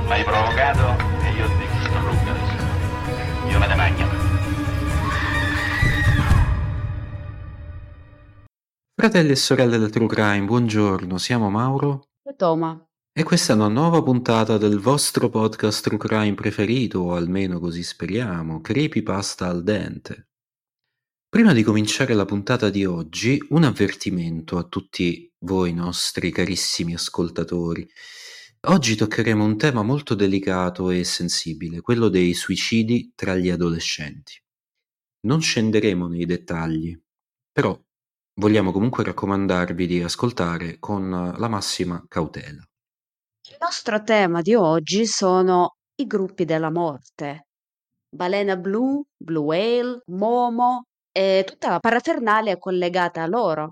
M'hai provocato e io ti distruggo adesso. Io me ne mangio. Fratelli e sorelle del True Crime, buongiorno, siamo Mauro Toma. e questa è una nuova puntata del vostro podcast True Crime preferito, o almeno così speriamo, Creepypasta al dente. Prima di cominciare la puntata di oggi, un avvertimento a tutti voi nostri carissimi ascoltatori. Oggi toccheremo un tema molto delicato e sensibile, quello dei suicidi tra gli adolescenti. Non scenderemo nei dettagli, però vogliamo comunque raccomandarvi di ascoltare con la massima cautela. Il nostro tema di oggi sono i gruppi della morte. Balena blu, Blue Whale, Momo e tutta la parafernalia collegata a loro.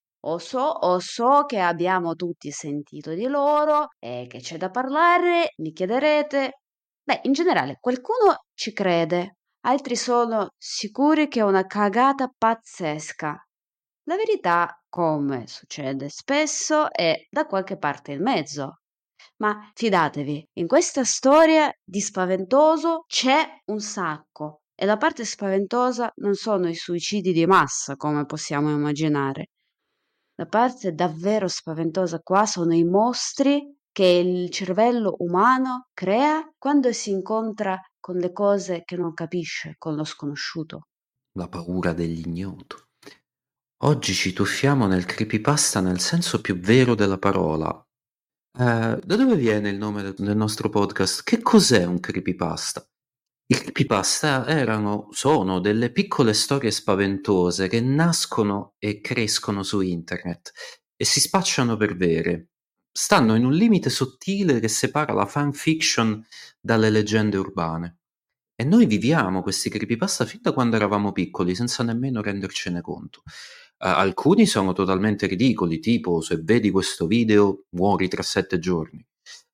O so che abbiamo tutti sentito di loro e che c'è da parlare, mi chiederete. Beh, in generale, qualcuno ci crede, altri sono sicuri che è una cagata pazzesca. La verità, come succede spesso, è da qualche parte in mezzo. Ma fidatevi, in questa storia di spaventoso c'è un sacco. E la parte spaventosa non sono i suicidi di massa, come possiamo immaginare. La parte davvero spaventosa qua sono i mostri che il cervello umano crea quando si incontra con le cose che non capisce, con lo sconosciuto. La paura dell'ignoto. Oggi ci tuffiamo nel creepypasta nel senso più vero della parola. Da dove viene il nome del nostro podcast? Che cos'è un creepypasta? I creepypasta sono delle piccole storie spaventose che nascono e crescono su internet e si spacciano per vere. Stanno in un limite sottile che separa la fanfiction dalle leggende urbane. E noi viviamo questi creepypasta fin da quando eravamo piccoli, senza nemmeno rendercene conto. Alcuni sono totalmente ridicoli, tipo se vedi questo video muori tra 7 giorni.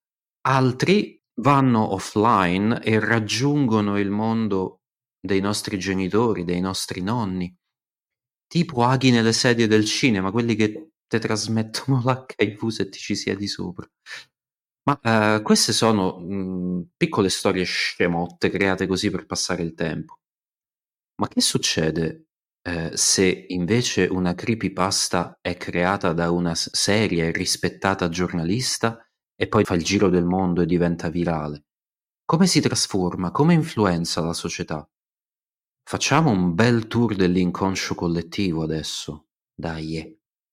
Altri vanno offline e raggiungono il mondo dei nostri genitori, dei nostri nonni, tipo aghi nelle sedie del cinema, quelli che te trasmettono l'HIV se ti ci siedi sopra. Ma queste sono piccole storie scemotte create così per passare il tempo. Ma che succede se invece una creepypasta è creata da una seria e rispettata giornalista e poi fa il giro del mondo e diventa virale? Come si trasforma? Come influenza la società? Facciamo un bel tour dell'inconscio collettivo adesso. Dai.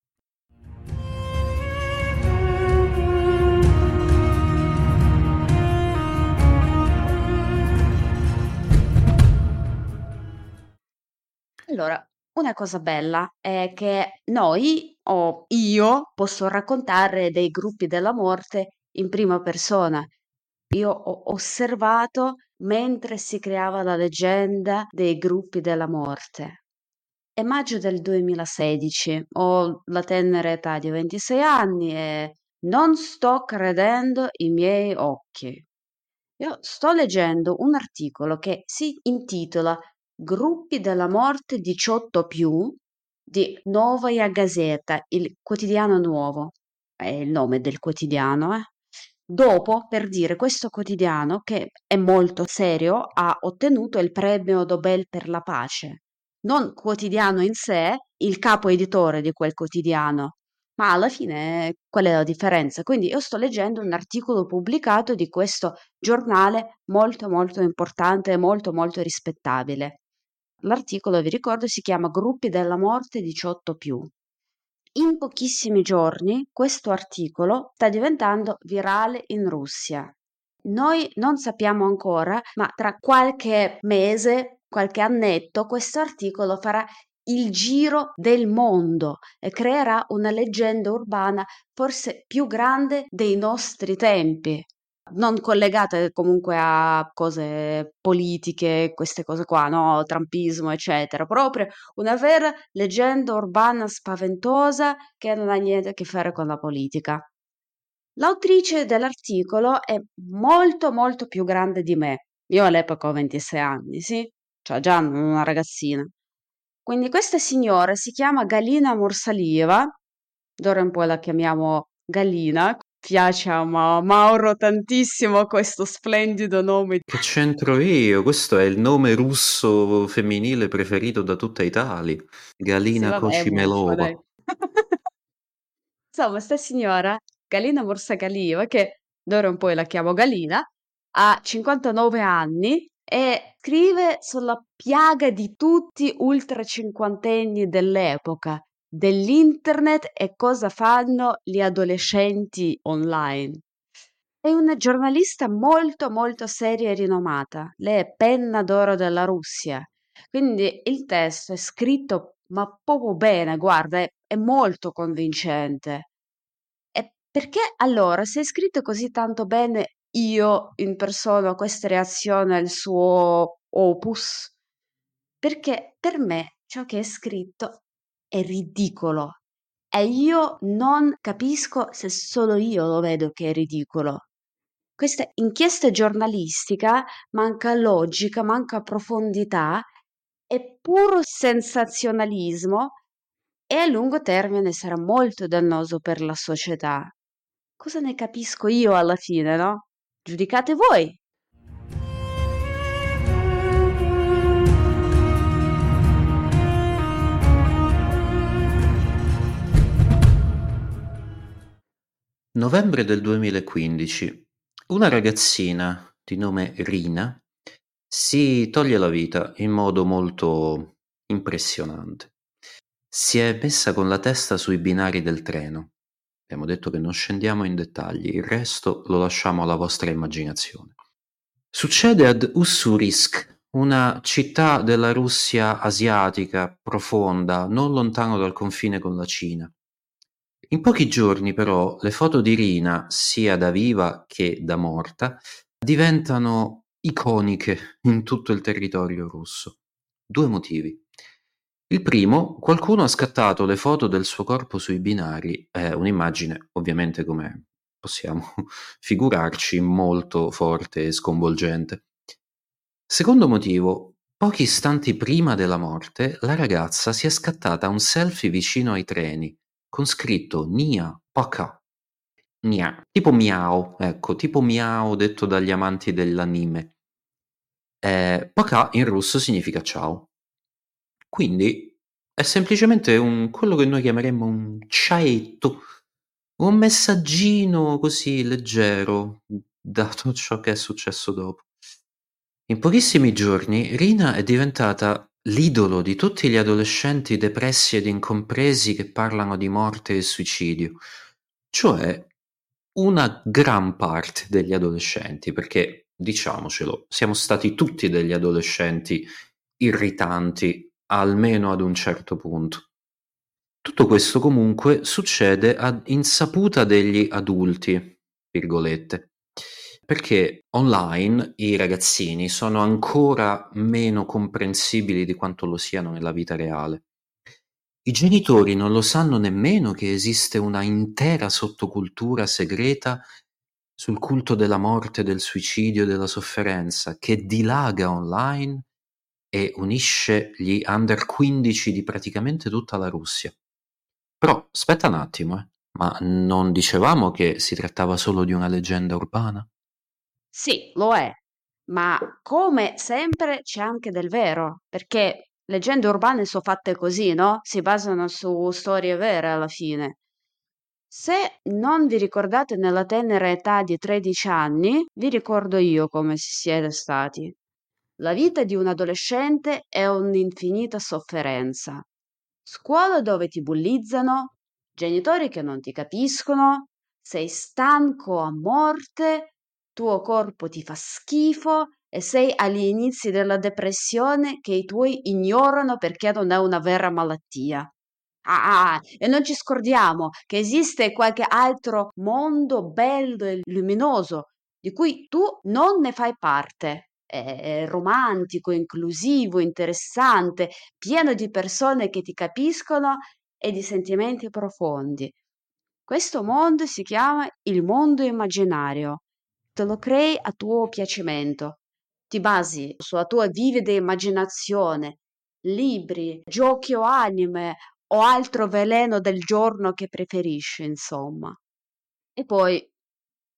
Allora, una cosa bella è che noi, o io, posso raccontare dei gruppi della morte in prima persona. Io ho osservato mentre si creava la leggenda dei gruppi della morte. È maggio del 2016, ho la tenera età di 26 anni e non sto credendo i miei occhi. Io sto leggendo un articolo che si intitola Gruppi della morte 18 più di Novaya Gazeta, il quotidiano nuovo. È il nome del quotidiano, eh. Dopo, per dire, questo quotidiano, che è molto serio, ha ottenuto il premio Nobel per la pace. Non quotidiano in sé, il capo editore di quel quotidiano, ma alla fine qual è la differenza? Quindi io sto leggendo un articolo pubblicato di questo giornale molto molto importante e molto molto rispettabile. L'articolo, vi ricordo, si chiama Gruppi della morte 18 più. In pochissimi giorni questo articolo sta diventando virale in Russia. Noi non sappiamo ancora, ma tra qualche mese, qualche annetto, questo articolo farà il giro del mondo e creerà una leggenda urbana forse più grande dei nostri tempi, non collegate comunque a cose politiche, queste cose qua, no? Trumpismo, eccetera. Proprio una vera leggenda urbana spaventosa che non ha niente a che fare con la politica. L'autrice dell'articolo è molto molto più grande di me. Io all'epoca ho 26 anni, sì? Cioè già una ragazzina. Quindi questa signora si chiama Galina Morsalieva, d'ora in poi la chiamiamo Galina, Piace a Mauro tantissimo questo splendido nome. Che c'entro io? Questo è il nome russo femminile preferito da tutta Italia. Sì, Galina vabbè, è buffo, Kocimelova. dai. Insomma, sta signora, Galina Morsagalieva, che d'ora in poi la chiamo Galina, ha 59 anni e scrive sulla piaga di tutti ultra cinquantenni dell'epoca, dell'internet e cosa fanno gli adolescenti online. È una giornalista molto molto seria e rinomata. Lei è penna d'oro della Russia. Quindi il testo è scritto ma proprio bene, guarda, è molto convincente. E perché allora, se è scritto così tanto bene, io in persona ho questa reazione al suo opus? Perché per me ciò che è scritto è ridicolo e io non capisco se solo io lo vedo che è ridicolo. Questa inchiesta giornalistica manca logica, manca profondità, è puro sensazionalismo e a lungo termine sarà molto dannoso per la società. Cosa ne capisco io alla fine, no? Giudicate voi. Novembre del 2015. Una ragazzina di nome Rina si toglie la vita in modo molto impressionante. Si è messa con la testa sui binari del treno. Abbiamo detto che non scendiamo in dettagli, il resto lo lasciamo alla vostra immaginazione. Succede ad Ussurisk, una città della Russia asiatica profonda, non lontano dal confine con la Cina. In pochi giorni però le foto di Rina, sia da viva che da morta, diventano iconiche in tutto il territorio russo. Due motivi. Il primo, qualcuno ha scattato le foto del suo corpo sui binari, un'immagine ovviamente come possiamo figurarci molto forte e sconvolgente. Secondo motivo, pochi istanti prima della morte la ragazza si è scattata un selfie vicino ai treni con scritto Nia Paka. Nia, tipo miau, ecco, tipo miau detto dagli amanti dell'anime. Paka in russo significa ciao. Quindi è semplicemente quello che noi chiameremmo un ciaetto, un messaggino così leggero, dato ciò che è successo dopo. In pochissimi giorni Rina è diventata l'idolo di tutti gli adolescenti depressi ed incompresi che parlano di morte e suicidio, cioè una gran parte degli adolescenti, perché diciamocelo, siamo stati tutti degli adolescenti irritanti, almeno ad un certo punto. Tutto questo comunque succede ad insaputa degli adulti, virgolette, perché online i ragazzini sono ancora meno comprensibili di quanto lo siano nella vita reale. I genitori non lo sanno nemmeno che esiste una intera sottocultura segreta sul culto della morte, del suicidio e della sofferenza, che dilaga online e unisce gli under 15 di praticamente tutta la Russia. Però aspetta un attimo, ma non dicevamo che si trattava solo di una leggenda urbana? Sì, lo è, ma come sempre c'è anche del vero, perché leggende urbane sono fatte così, no? Si basano su storie vere alla fine. Se non vi ricordate nella tenera età di 13 anni, vi ricordo io come si siete stati. La vita di un adolescente è un'infinita sofferenza. Scuola dove ti bullizzano, genitori che non ti capiscono, sei stanco a morte, tuo corpo ti fa schifo e sei agli inizi della depressione che i tuoi ignorano perché non è una vera malattia. E non ci scordiamo che esiste qualche altro mondo bello e luminoso di cui tu non ne fai parte. È romantico, inclusivo, interessante, pieno di persone che ti capiscono e di sentimenti profondi. Questo mondo si chiama il mondo immaginario. Te lo crei a tuo piacimento. Ti basi sulla tua vivida immaginazione, libri, giochi o anime o altro veleno del giorno che preferisci, insomma. E poi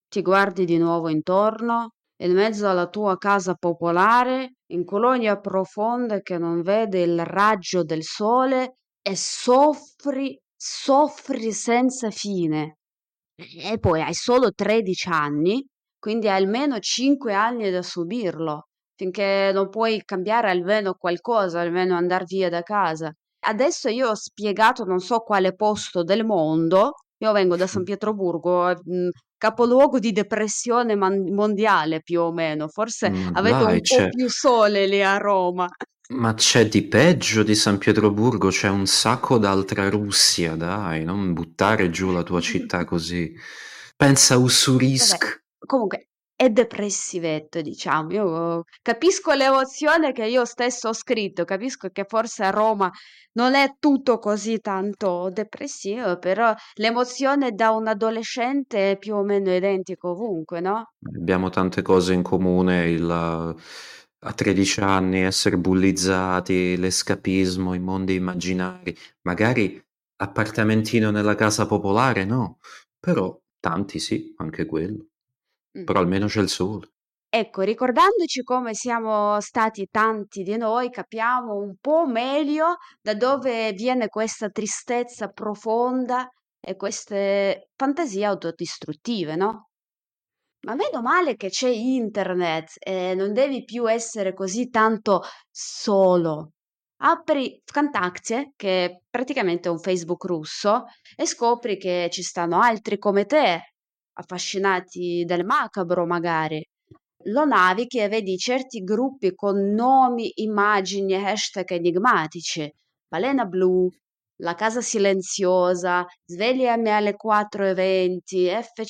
ti guardi di nuovo intorno, in mezzo alla tua casa popolare, in colonia profonda che non vede il raggio del sole e soffri, soffri senza fine. E poi hai solo 13 anni, quindi hai almeno 5 anni da subirlo, finché non puoi cambiare almeno qualcosa, almeno andar via da casa. Adesso io ho spiegato non so quale posto del mondo, io vengo da San Pietroburgo, capoluogo di depressione mondiale più o meno, forse Ma avete dai, un po' più sole lì a Roma. ma c'è di peggio di San Pietroburgo, c'è un sacco d'altra Russia, dai, non buttare giù la tua città così. Pensa a Vabbè, Ussurisk. comunque è depressivetto, diciamo. Io capisco l'emozione che io stesso ho scritto, capisco che forse a Roma non è tutto così tanto depressivo, però l'emozione da un adolescente è più o meno identico ovunque, no? Abbiamo tante cose in comune, a 13 anni essere bullizzati, l'escapismo, i mondi immaginari, magari appartamentino nella casa popolare, no, però tanti sì, anche quello, Mm. però almeno c'è il sole. Ecco, ricordandoci come siamo stati tanti di noi, capiamo un po' meglio da dove viene questa tristezza profonda e queste fantasie autodistruttive, no? Ma meno male che c'è internet e non devi più essere così tanto solo. Apri Vkontakte, che è praticamente un Facebook russo, e scopri che ci stanno altri come te, affascinati del macabro magari. Lo navighi e vedi certi gruppi con nomi, immagini e hashtag enigmatici. Balena blu, la casa silenziosa, svegliami alle 4:20,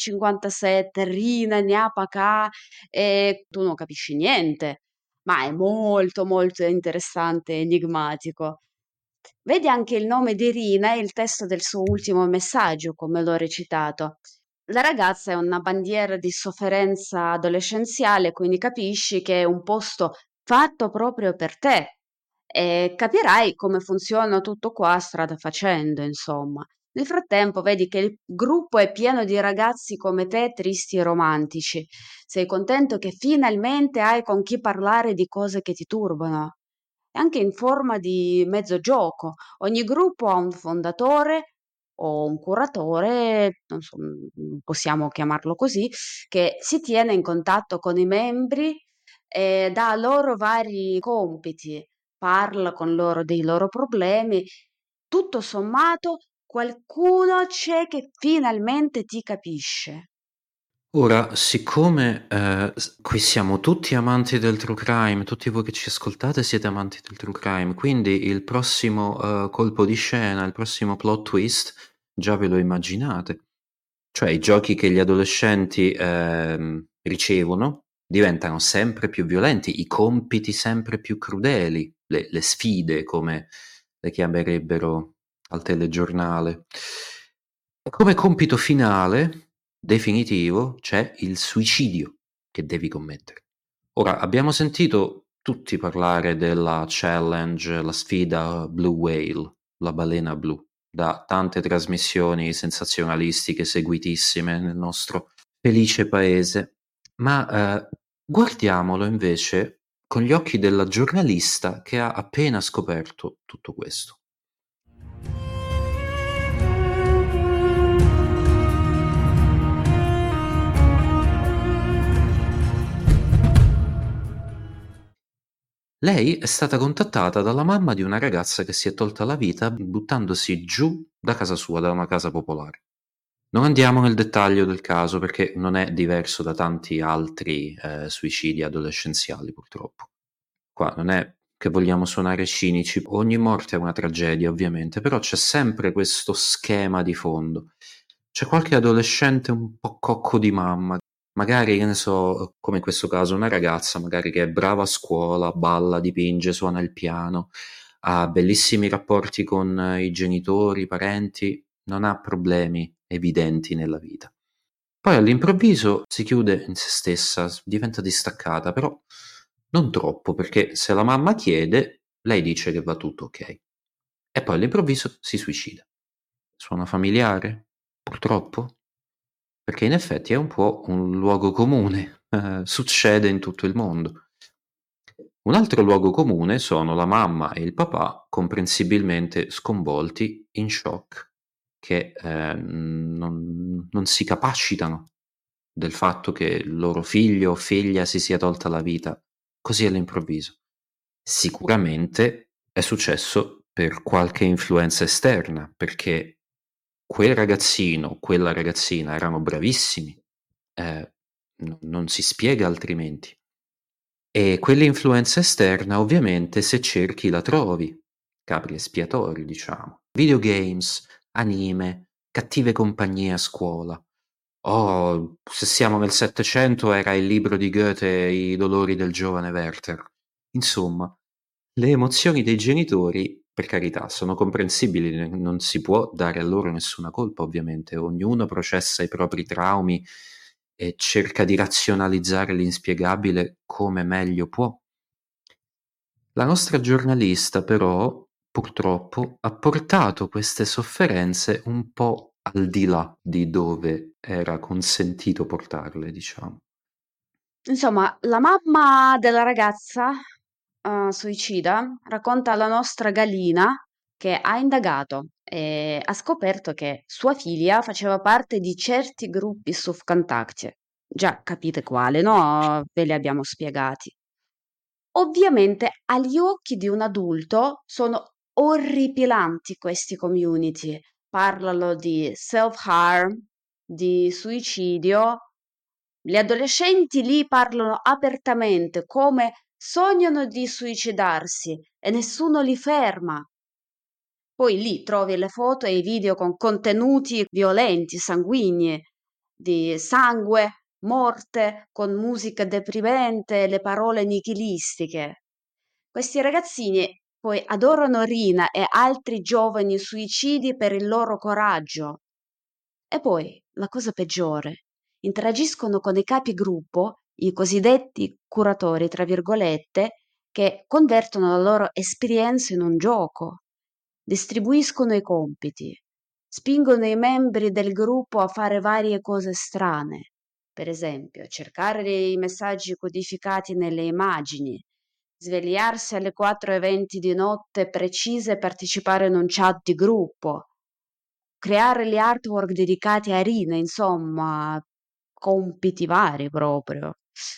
F57, Rina, Gnapaka, e tu non capisci niente, ma è molto molto interessante e enigmatico. Vedi anche il nome di Rina e il testo del suo ultimo messaggio, come l'ho recitato. La ragazza è una bandiera di sofferenza adolescenziale, quindi capisci che è un posto fatto proprio per te e capirai come funziona tutto qua strada facendo, insomma. Nel frattempo vedi che il gruppo è pieno di ragazzi come te, tristi e romantici. Sei contento che finalmente hai con chi parlare di cose che ti turbano. E anche in forma di mezzo gioco. Ogni gruppo ha un fondatore o un curatore, non so, possiamo chiamarlo così, che si tiene in contatto con i membri e dà loro vari compiti, parla con loro dei loro problemi. Tutto sommato, qualcuno c'è che finalmente ti capisce. Ora, siccome qui siamo tutti amanti del true crime, tutti voi che ci ascoltate siete amanti del true crime, quindi il prossimo colpo di scena, il prossimo plot twist, già ve lo immaginate. Cioè i giochi che gli adolescenti ricevono diventano sempre più violenti, i compiti sempre più crudeli, le sfide come le chiamerebbero al telegiornale. E come compito finale, definitivo, c'è il suicidio che devi commettere. Ora, abbiamo sentito tutti parlare della challenge, la sfida Blue Whale, la balena blu, da tante trasmissioni sensazionalistiche seguitissime nel nostro felice paese, ma guardiamolo invece con gli occhi della giornalista che ha appena scoperto tutto questo. Lei è stata contattata dalla mamma di una ragazza che si è tolta la vita buttandosi giù da casa sua, da una casa popolare. Non andiamo nel dettaglio del caso perché non è diverso da tanti altri suicidi adolescenziali, purtroppo. Qua non è che vogliamo suonare cinici, ogni morte è una tragedia, ovviamente, però c'è sempre questo schema di fondo. C'è qualche adolescente un po' cocco di mamma, magari, che ne so, come in questo caso, una ragazza magari che è brava a scuola, balla, dipinge, suona il piano, ha bellissimi rapporti con i genitori, i parenti, non ha problemi evidenti nella vita. Poi all'improvviso si chiude in se stessa, diventa distaccata, però non troppo, perché se la mamma chiede, lei dice che va tutto ok. E poi all'improvviso si suicida. Suona familiare? Purtroppo? perché in effetti è un po' un luogo comune, succede in tutto il mondo. Un altro luogo comune sono la mamma e il papà comprensibilmente sconvolti, in shock, che non si capacitano del fatto che il loro figlio o figlia si sia tolta la vita così all'improvviso. Sicuramente è successo per qualche influenza esterna, perché quel ragazzino, quella ragazzina erano bravissimi, non si spiega altrimenti. E quell'influenza esterna ovviamente se cerchi la trovi, capri espiatori diciamo. Videogames, anime, cattive compagnie a scuola. Oh, se siamo nel Settecento era il libro di Goethe I dolori del giovane Werther. Insomma, le emozioni dei genitori, per carità, sono comprensibili, non si può dare a loro nessuna colpa, ovviamente. Ognuno processa i propri traumi e cerca di razionalizzare l'inspiegabile come meglio può. La nostra giornalista, però, purtroppo, ha portato queste sofferenze un po' al di là di dove era consentito portarle, diciamo. Insomma, la mamma della ragazza suicida racconta alla nostra Galina che ha indagato e ha scoperto che sua figlia faceva parte di certi gruppi su Vkontakte. Già capite quale, no? Ve li abbiamo spiegati. Ovviamente agli occhi di un adulto sono orripilanti questi community. Parlano di self-harm, di suicidio. Gli adolescenti lì parlano apertamente come sognano di suicidarsi e nessuno li ferma. Poi lì trovi le foto e i video con contenuti violenti, sanguigni, di sangue, morte, con musica deprimente, le parole nichilistiche. Questi ragazzini poi adorano Rina e altri giovani suicidi per il loro coraggio. E poi, la cosa peggiore, interagiscono con i capigruppo, i cosiddetti curatori, tra virgolette, che convertono la loro esperienza in un gioco, distribuiscono i compiti, spingono i membri del gruppo a fare varie cose strane, per esempio cercare i messaggi codificati nelle immagini, svegliarsi alle 4:20 di notte precise e partecipare in un chat di gruppo, creare gli artwork dedicati a Rina, insomma, compiti vari proprio.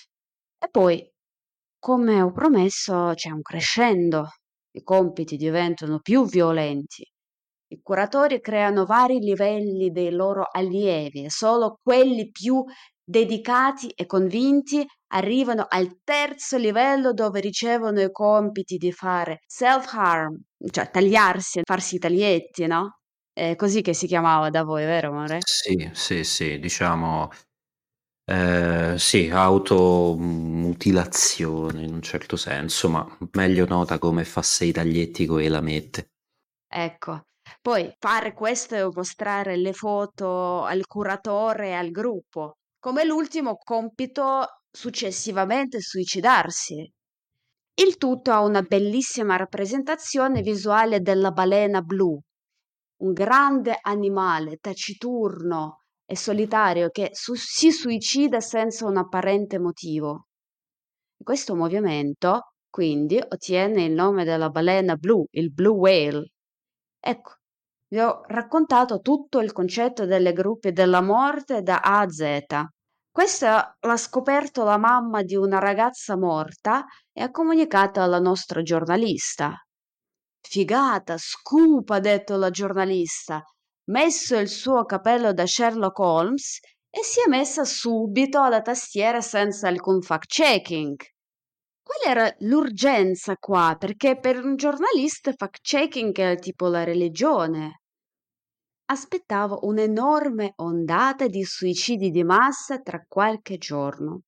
E poi, come ho promesso, c'è un crescendo. I compiti diventano più violenti. I curatori creano vari livelli dei loro allievi e solo quelli più dedicati e convinti arrivano al terzo livello dove ricevono i compiti di fare self-harm, cioè tagliarsi, farsi i taglietti, no? È così che si chiamava da voi, vero amore? Sì, sì, sì, diciamo, sì, automutilazione in un certo senso, ma meglio nota come fa sei taglietti con le lamette. Ecco. Poi fare questo e mostrare le foto al curatore e al gruppo, come l'ultimo compito successivamente suicidarsi. Il tutto ha una bellissima rappresentazione visuale della balena blu, un grande animale taciturno e solitario che si suicida senza un apparente motivo. Questo movimento, quindi, ottiene il nome della balena blu, il blue whale. Ecco, vi ho raccontato tutto il concetto delle gruppi della morte da A a Z. Questa l'ha scoperto la mamma di una ragazza morta e ha comunicato alla nostra giornalista. Figata, scoop, ha detto la giornalista, messo il suo capello da Sherlock Holmes e si è messa subito alla tastiera senza alcun fact-checking. Qual era l'urgenza qua? Perché per un giornalista fact-checking è tipo la religione. Aspettavo un'enorme ondata di suicidi di massa tra qualche giorno.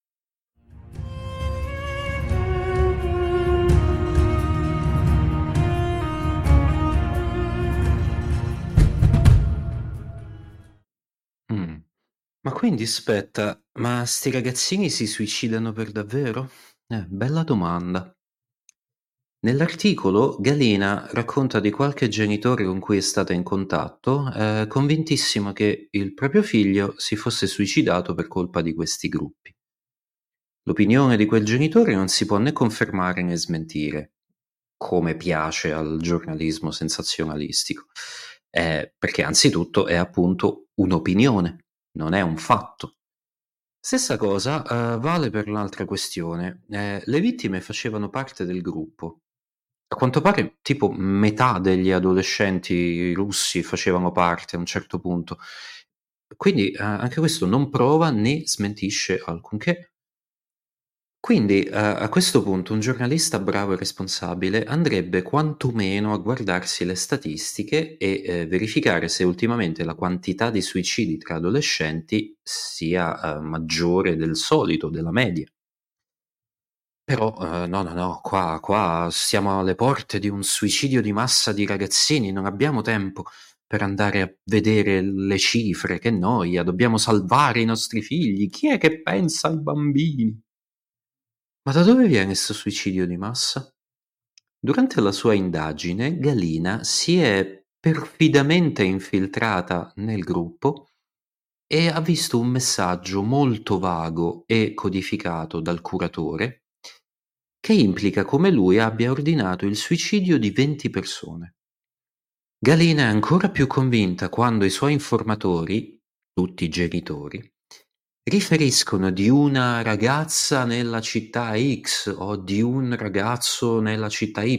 Mm. Ma quindi aspetta, ma sti ragazzini si suicidano per davvero? Bella domanda. Nell'articolo Galina racconta di qualche genitore con cui è stata in contatto, convintissimo che il proprio figlio si fosse suicidato per colpa di questi gruppi. L'opinione di quel genitore non si può né confermare né smentire, come piace al giornalismo sensazionalistico, perché anzitutto è appunto un'opinione, non è un fatto. Stessa cosa vale per l'altra questione. Le vittime facevano parte del gruppo. A quanto pare tipo metà degli adolescenti russi facevano parte a un certo punto. Quindi anche questo non prova né smentisce alcunché. Quindi a questo punto un giornalista bravo e responsabile andrebbe quantomeno a guardarsi le statistiche e verificare se ultimamente la quantità di suicidi tra adolescenti sia maggiore del solito, della media. Però no, qua siamo alle porte di un suicidio di massa di ragazzini, non abbiamo tempo per andare a vedere le cifre, che noia, dobbiamo salvare i nostri figli, chi è che pensa ai bambini? Ma da dove viene questo suicidio di massa? Durante la sua indagine, Galina si è perfidamente infiltrata nel gruppo e ha visto un messaggio molto vago e codificato dal curatore che implica come lui abbia ordinato il suicidio di 20 persone. Galina è ancora più convinta quando i suoi informatori, tutti i genitori, riferiscono di una ragazza nella città X o di un ragazzo nella città Y,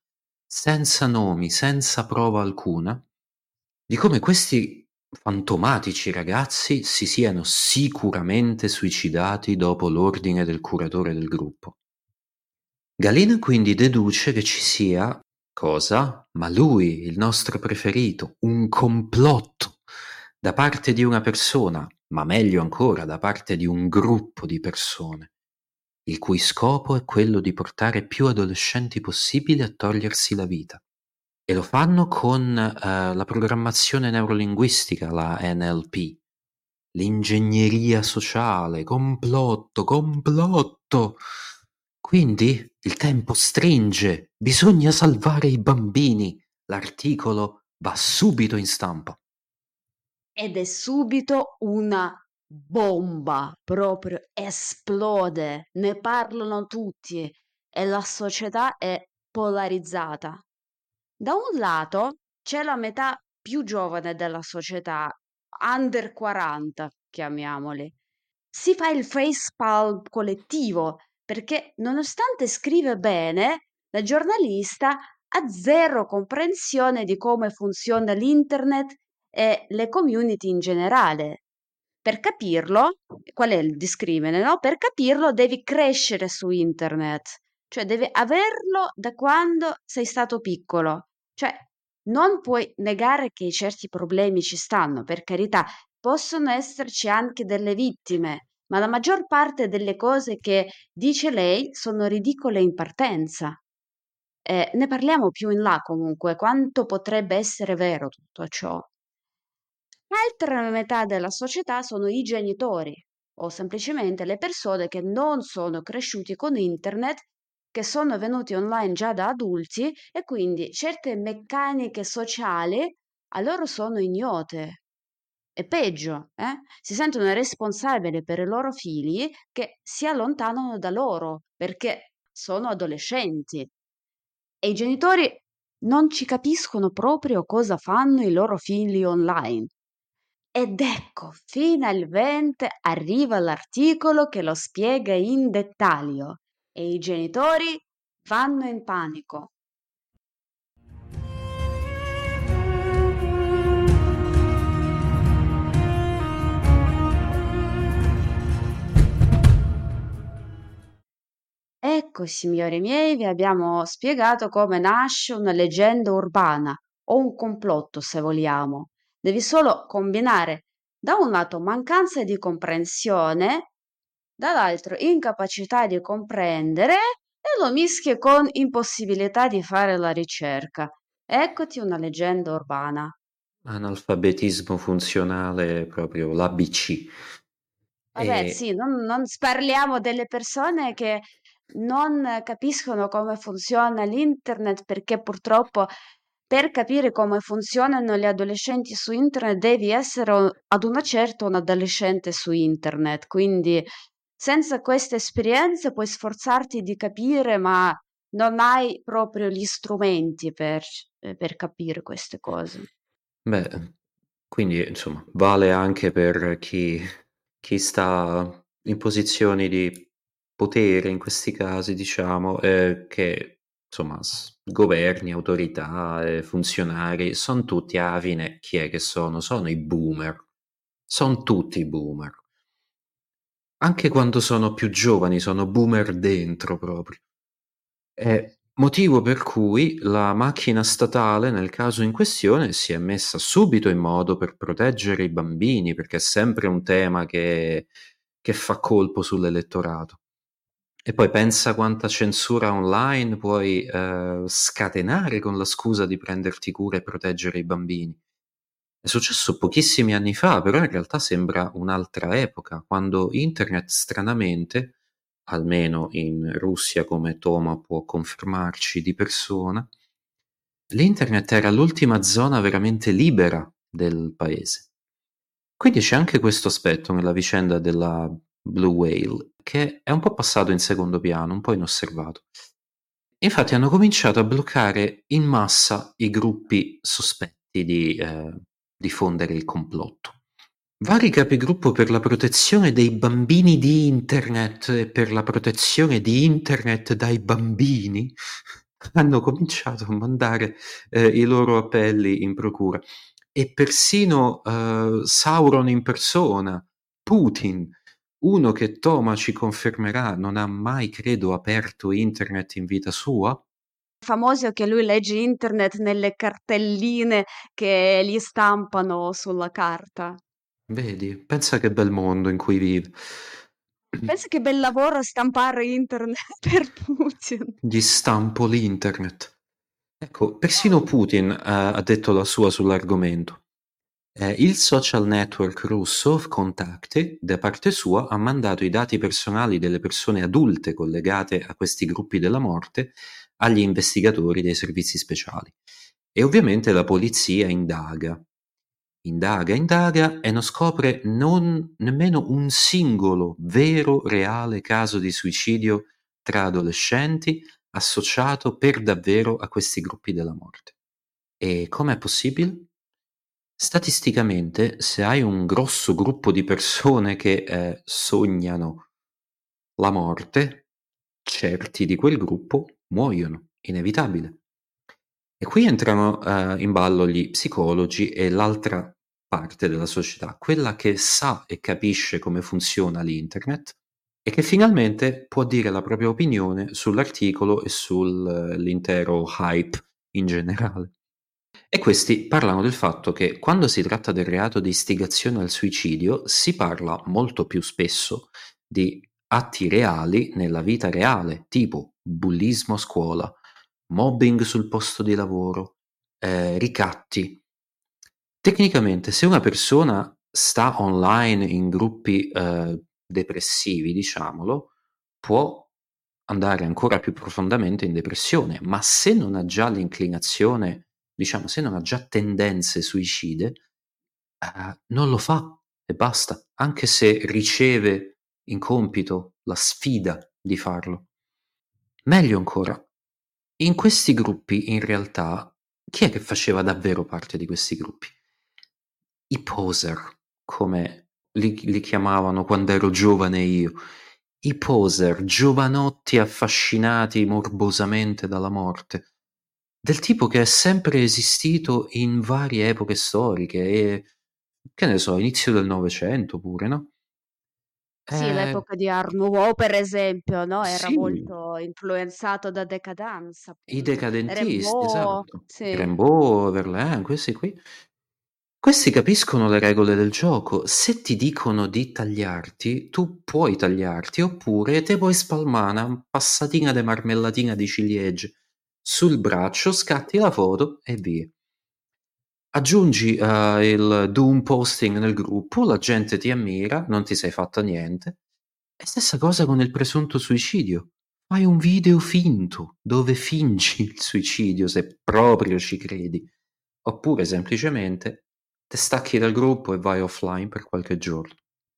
senza nomi, senza prova alcuna, di come questi fantomatici ragazzi si siano sicuramente suicidati dopo l'ordine del curatore del gruppo. Galina quindi deduce che ci sia, cosa? Ma lui, il nostro preferito, un complotto da parte di una persona, ma meglio ancora da parte di un gruppo di persone, il cui scopo è quello di portare più adolescenti possibili a togliersi la vita. E lo fanno con la programmazione neurolinguistica, la NLP, l'ingegneria sociale, complotto, complotto. Quindi il tempo stringe, bisogna salvare i bambini. L'articolo va subito in stampa. Ed è subito una bomba, proprio esplode, ne parlano tutti e la società è polarizzata. Da un lato c'è la metà più giovane della società, under 40, chiamiamoli. Si fa il facepalm collettivo perché, nonostante scrive bene, la giornalista ha zero comprensione di come funziona l'internet e le community in generale. Per capirlo, qual è il discrimine, no? Per capirlo devi crescere su internet, cioè devi averlo da quando sei stato piccolo. Cioè, non puoi negare che certi problemi ci stanno, per carità, possono esserci anche delle vittime, ma la maggior parte delle cose che dice lei sono ridicole in partenza. Ne parliamo più in là comunque, quanto potrebbe essere vero tutto ciò. L'altra metà della società sono i genitori o semplicemente le persone che non sono cresciuti con internet, che sono venuti online già da adulti e quindi certe meccaniche sociali a loro sono ignote. E peggio, si sentono responsabili per i loro figli che si allontanano da loro perché sono adolescenti. E i genitori non ci capiscono proprio cosa fanno i loro figli online. Ed ecco, finalmente arriva l'articolo che lo spiega in dettaglio e i genitori vanno in panico. Ecco, signori miei, vi abbiamo spiegato come nasce una leggenda urbana o un complotto, se vogliamo. Devi solo combinare da un lato mancanza di comprensione, dall'altro incapacità di comprendere e lo mischi con impossibilità di fare la ricerca. Eccoti una leggenda urbana. Analfabetismo funzionale, proprio l'ABC. Vabbè, E sì, non parliamo delle persone che non capiscono come funziona l'internet, perché purtroppo per capire come funzionano gli adolescenti su internet devi essere ad una certa un adolescente su internet, quindi senza queste esperienze puoi sforzarti di capire, ma non hai proprio gli strumenti per capire queste cose. Beh, quindi insomma, vale anche per chi sta in posizioni di potere in questi casi, diciamo, che insomma, governi, autorità, funzionari, sono tutti alla fine chi è che sono? Sono i boomer. Sono tutti boomer. Anche quando sono più giovani, sono boomer dentro proprio. È motivo per cui la macchina statale, nel caso in questione, si è messa subito in moto per proteggere i bambini, perché è sempre un tema che fa colpo sull'elettorato. E poi pensa quanta censura online puoi scatenare con la scusa di prenderti cura e proteggere i bambini. È successo pochissimi anni fa, però in realtà sembra un'altra epoca, quando internet stranamente, almeno in Russia come Toma può confermarci di persona, l'internet era l'ultima zona veramente libera del paese. Quindi c'è anche questo aspetto nella vicenda della Blue Whale, che è un po' passato in secondo piano, un po' inosservato. Infatti hanno cominciato a bloccare in massa i gruppi sospetti di diffondere il complotto. Vari capigruppo per la protezione dei bambini di internet e per la protezione di internet dai bambini hanno cominciato a mandare i loro appelli in procura. E persino Sauron in persona, Putin, uno che Toma ci confermerà non ha mai, credo, aperto internet in vita sua. Famoso che lui legge internet nelle cartelline che gli stampano sulla carta. Vedi, pensa che bel mondo in cui vive. Pensa che bel lavoro stampare internet per Putin. Gli stampo l'internet. Ecco, persino Putin ha detto la sua sull'argomento. Il social network russo Vkontakte, da parte sua, ha mandato i dati personali delle persone adulte collegate a questi gruppi della morte agli investigatori dei servizi speciali. E ovviamente la polizia indaga. Indaga e non scopre nemmeno un singolo vero, reale caso di suicidio tra adolescenti associato per davvero a questi gruppi della morte. E com'è possibile? Statisticamente, se hai un grosso gruppo di persone che sognano la morte, certi di quel gruppo muoiono, inevitabile. E qui entrano in ballo gli psicologi e l'altra parte della società, quella che sa e capisce come funziona l'internet e che finalmente può dire la propria opinione sull'articolo e sull'intero hype in generale. E questi parlano del fatto che quando si tratta del reato di istigazione al suicidio si parla molto più spesso di atti reali nella vita reale, tipo bullismo a scuola, mobbing sul posto di lavoro, ricatti. Tecnicamente, se una persona sta online in gruppi depressivi, diciamolo, può andare ancora più profondamente in depressione, ma se non ha già l'inclinazione, diciamo, se non ha già tendenze suicide, non lo fa e basta, anche se riceve in compito la sfida di farlo. Meglio ancora, in questi gruppi in realtà chi è che faceva davvero parte di questi gruppi? I poser, come li chiamavano quando ero giovane io. I poser, giovanotti affascinati morbosamente dalla morte, del tipo che è sempre esistito in varie epoche storiche e, che ne so, inizio del Novecento pure, no? Sì, Eh, l'epoca di Art Nouveau, per esempio, no? Era sì, molto influenzato da Decadence, i appunto. decadentisti, Rimbaud, esatto. sì. Rimbaud, Verlaine, questi qui. Questi capiscono le regole del gioco. Se ti dicono di tagliarti, tu puoi tagliarti, oppure te puoi spalmare una passatina di marmellatina di ciliegie sul braccio, scatti la foto e via. Aggiungi il doom posting nel gruppo, la gente ti ammira, non ti sei fatta niente. E stessa cosa con il presunto suicidio. Fai un video finto dove fingi il suicidio se proprio ci credi, oppure semplicemente te stacchi dal gruppo e vai offline per qualche giorno.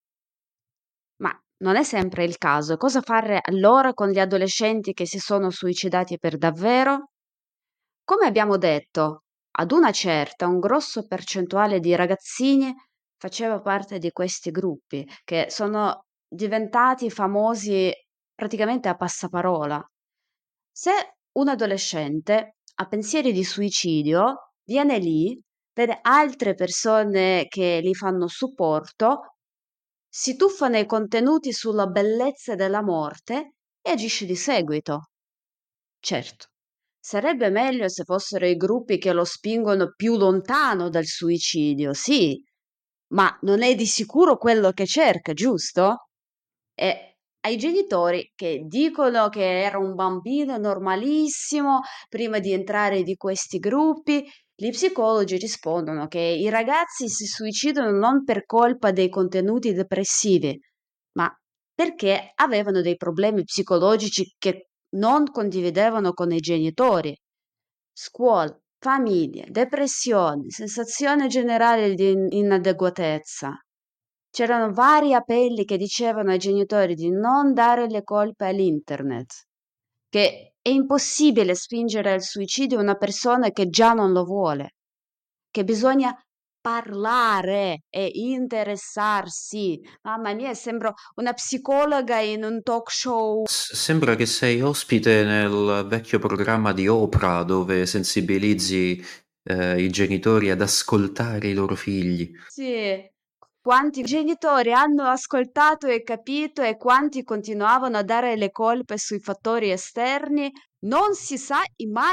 Ma non è sempre il caso. Cosa fare allora con gli adolescenti che si sono suicidati per davvero? Come abbiamo detto, ad una certa, un grosso percentuale di ragazzini faceva parte di questi gruppi che sono diventati famosi praticamente a passaparola. Se un adolescente ha pensieri di suicidio, viene lì, vede altre persone che gli fanno supporto, si tuffa nei contenuti sulla bellezza della morte e agisce di seguito. Certo, sarebbe meglio se fossero i gruppi che lo spingono più lontano dal suicidio, sì, ma non è di sicuro quello che cerca, giusto? E ai genitori che dicono che era un bambino normalissimo prima di entrare di questi gruppi, gli psicologi rispondono che i ragazzi si suicidano non per colpa dei contenuti depressivi, ma perché avevano dei problemi psicologici che non condividevano con i genitori. Scuola, famiglia, depressione, sensazione generale di inadeguatezza. C'erano vari appelli che dicevano ai genitori di non dare le colpe all'internet, che è impossibile spingere al suicidio una persona che già non lo vuole, che bisogna parlare e interessarsi. Mamma mia, sembro una psicologa in un talk show. Sembra che sei ospite nel vecchio programma di Oprah dove sensibilizzi i genitori ad ascoltare i loro figli. Sì, quanti genitori hanno ascoltato e capito e quanti continuavano a dare le colpe sui fattori esterni? Non si sa,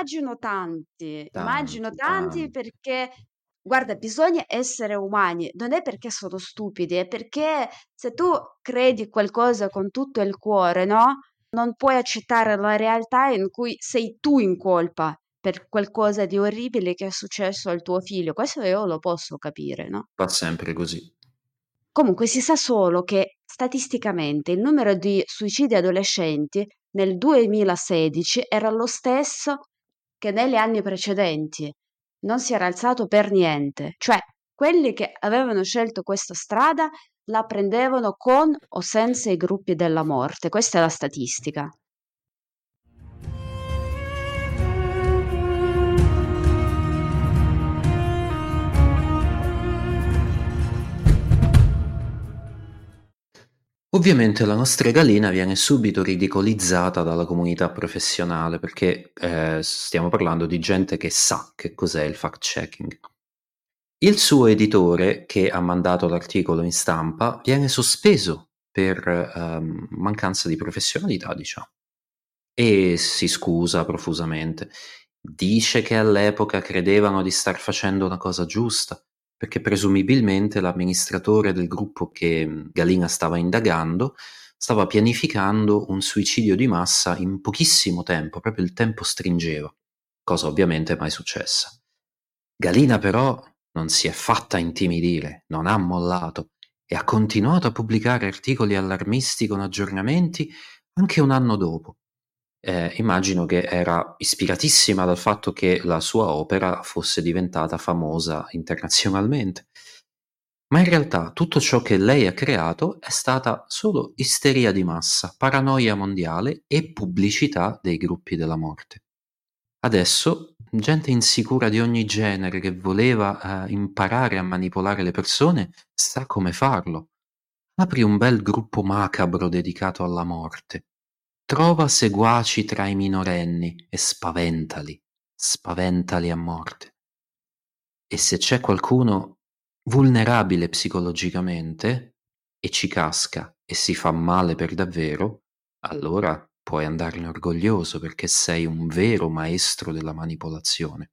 immagino Tanti, tanti tanti. perché, guarda, bisogna essere umani, non è perché sono stupidi, è perché se tu credi qualcosa con tutto il cuore, no? Non puoi accettare la realtà in cui sei tu in colpa per qualcosa di orribile che è successo al tuo figlio. Questo io lo posso capire, no? Va sempre così. Comunque si sa solo che statisticamente il numero di suicidi adolescenti nel 2016 era lo stesso che negli anni precedenti. Non si era alzato per niente. Cioè, quelli che avevano scelto questa strada la prendevano con o senza i gruppi della morte. Questa è la statistica. Ovviamente la nostra galina viene subito ridicolizzata dalla comunità professionale perché stiamo parlando di gente che sa che cos'è il fact-checking. Il suo editore, che ha mandato l'articolo in stampa, viene sospeso per mancanza di professionalità, diciamo, e si scusa profusamente. Dice che all'epoca credevano di star facendo una cosa giusta, perché presumibilmente l'amministratore del gruppo che Galina stava indagando stava pianificando un suicidio di massa in pochissimo tempo, proprio il tempo stringeva, cosa ovviamente mai successa. Galina però non si è fatta intimidire, non ha mollato e ha continuato a pubblicare articoli allarmisti con aggiornamenti anche un anno dopo. Immagino che era ispiratissima dal fatto che la sua opera fosse diventata famosa internazionalmente. Ma in realtà tutto ciò che lei ha creato è stata solo isteria di massa, paranoia mondiale e pubblicità dei gruppi della morte. Adesso gente insicura di ogni genere che voleva imparare a manipolare le persone sa come farlo. Apri un bel gruppo macabro dedicato alla morte. Trova seguaci tra i minorenni e spaventali a morte. E se c'è qualcuno vulnerabile psicologicamente e ci casca e si fa male per davvero, allora puoi andarne orgoglioso perché sei un vero maestro della manipolazione.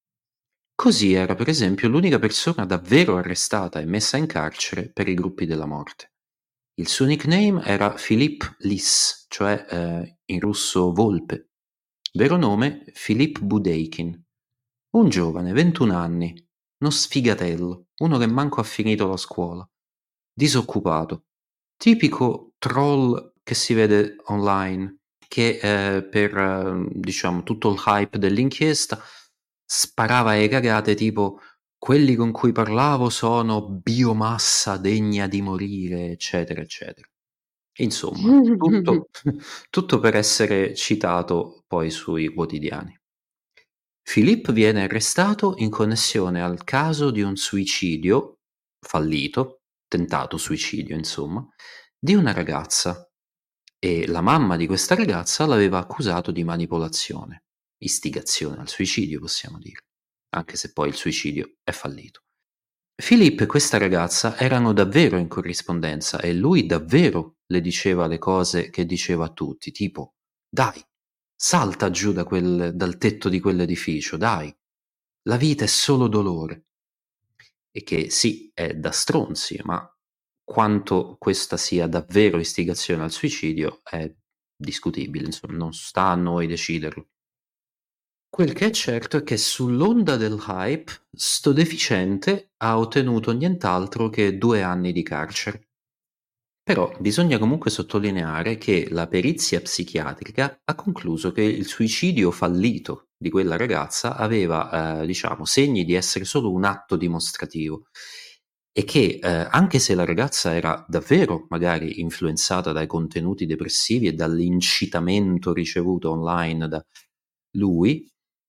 Così era per esempio l'unica persona davvero arrestata e messa in carcere per i gruppi della morte. Il suo nickname era Philippe Lis, cioè in russo volpe. Vero nome Philippe Budeikin. Un giovane, 21 anni, uno sfigatello, uno che manco ha finito la scuola, disoccupato, tipico troll che si vede online, che per diciamo tutto il hype dell'inchiesta sparava le cagate tipo quelli con cui parlavo sono biomassa degna di morire, eccetera, eccetera. Insomma, tutto, tutto per essere citato poi sui quotidiani. Philippe viene arrestato in connessione al caso di un suicidio fallito, tentato suicidio insomma, di una ragazza e la mamma di questa ragazza l'aveva accusato di manipolazione, istigazione al suicidio possiamo dire, anche se poi il suicidio è fallito. Philippe e questa ragazza erano davvero in corrispondenza e lui davvero le diceva le cose che diceva a tutti, tipo dai, salta giù dal tetto di quell'edificio, dai, la vita è solo dolore. E che sì, è da stronzi, ma quanto questa sia davvero istigazione al suicidio è discutibile, insomma, non sta a noi deciderlo. Quel che è certo è che sull'onda del hype, sto deficiente ha ottenuto nient'altro che 2 anni di carcere. Però bisogna comunque sottolineare che la perizia psichiatrica ha concluso che il suicidio fallito di quella ragazza aveva, diciamo, segni di essere solo un atto dimostrativo e che anche se la ragazza era davvero magari influenzata dai contenuti depressivi e dall'incitamento ricevuto online da lui,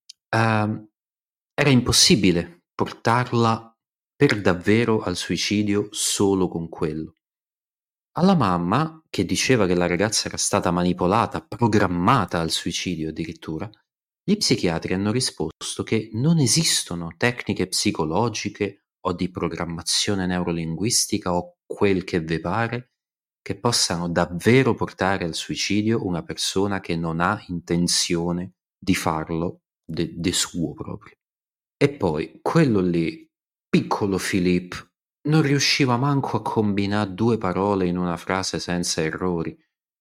era impossibile portarla per davvero al suicidio solo con quello. Alla mamma, che diceva che la ragazza era stata manipolata, programmata al suicidio addirittura, gli psichiatri hanno risposto che non esistono tecniche psicologiche o di programmazione neurolinguistica o quel che ve pare che possano davvero portare al suicidio una persona che non ha intenzione di farlo de suo proprio. E poi quello lì, piccolo Philippe, non riusciva manco a combinare 2 parole in una frase senza errori.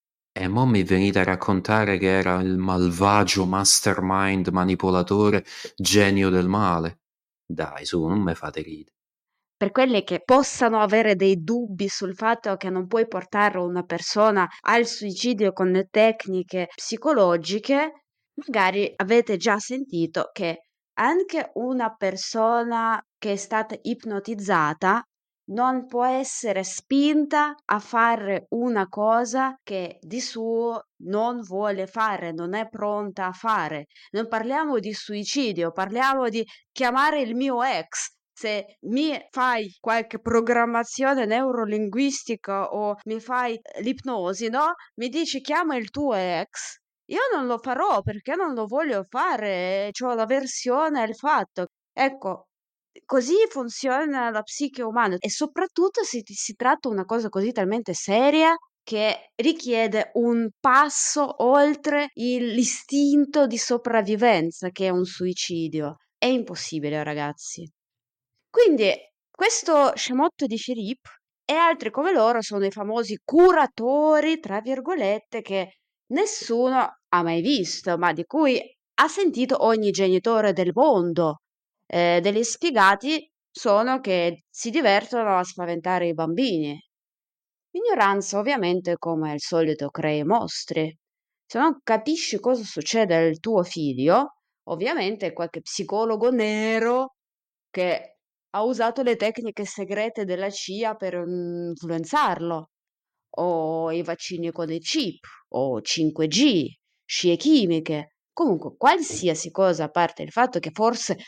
E mo' mi venite a raccontare che era il malvagio mastermind manipolatore genio del male. Dai, su, non me fate ridere. Per quelli che possano avere dei dubbi sul fatto che non puoi portare una persona al suicidio con le tecniche psicologiche, magari avete già sentito che anche una persona che è stata ipnotizzata non può essere spinta a fare una cosa che di suo non vuole fare, non è pronta a fare. Non parliamo di suicidio, parliamo di chiamare il mio ex. Se mi fai qualche programmazione neurolinguistica o mi fai l'ipnosi, no? Mi dici chiama il tuo ex. Io non lo farò perché non lo voglio fare, ho l'avversione al fatto. Ecco, così funziona la psiche umana e soprattutto se si tratta una cosa così talmente seria che richiede un passo oltre l'istinto di sopravvivenza che è un suicidio. È impossibile, ragazzi. Quindi questo scemotto di Philippe e altri come loro sono i famosi curatori, tra virgolette, che nessuno ha mai visto, ma di cui ha sentito ogni genitore del mondo. Degli sfigati sono che si divertono a spaventare i bambini. L'ignoranza ovviamente, come al solito, crea i mostri. Se non capisci cosa succede al tuo figlio, ovviamente qualche psicologo nero che ha usato le tecniche segrete della CIA per influenzarlo, o i vaccini con i chip, o 5G, scie chimiche, comunque qualsiasi cosa a parte il fatto che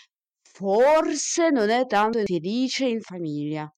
forse non è tanto felice in famiglia.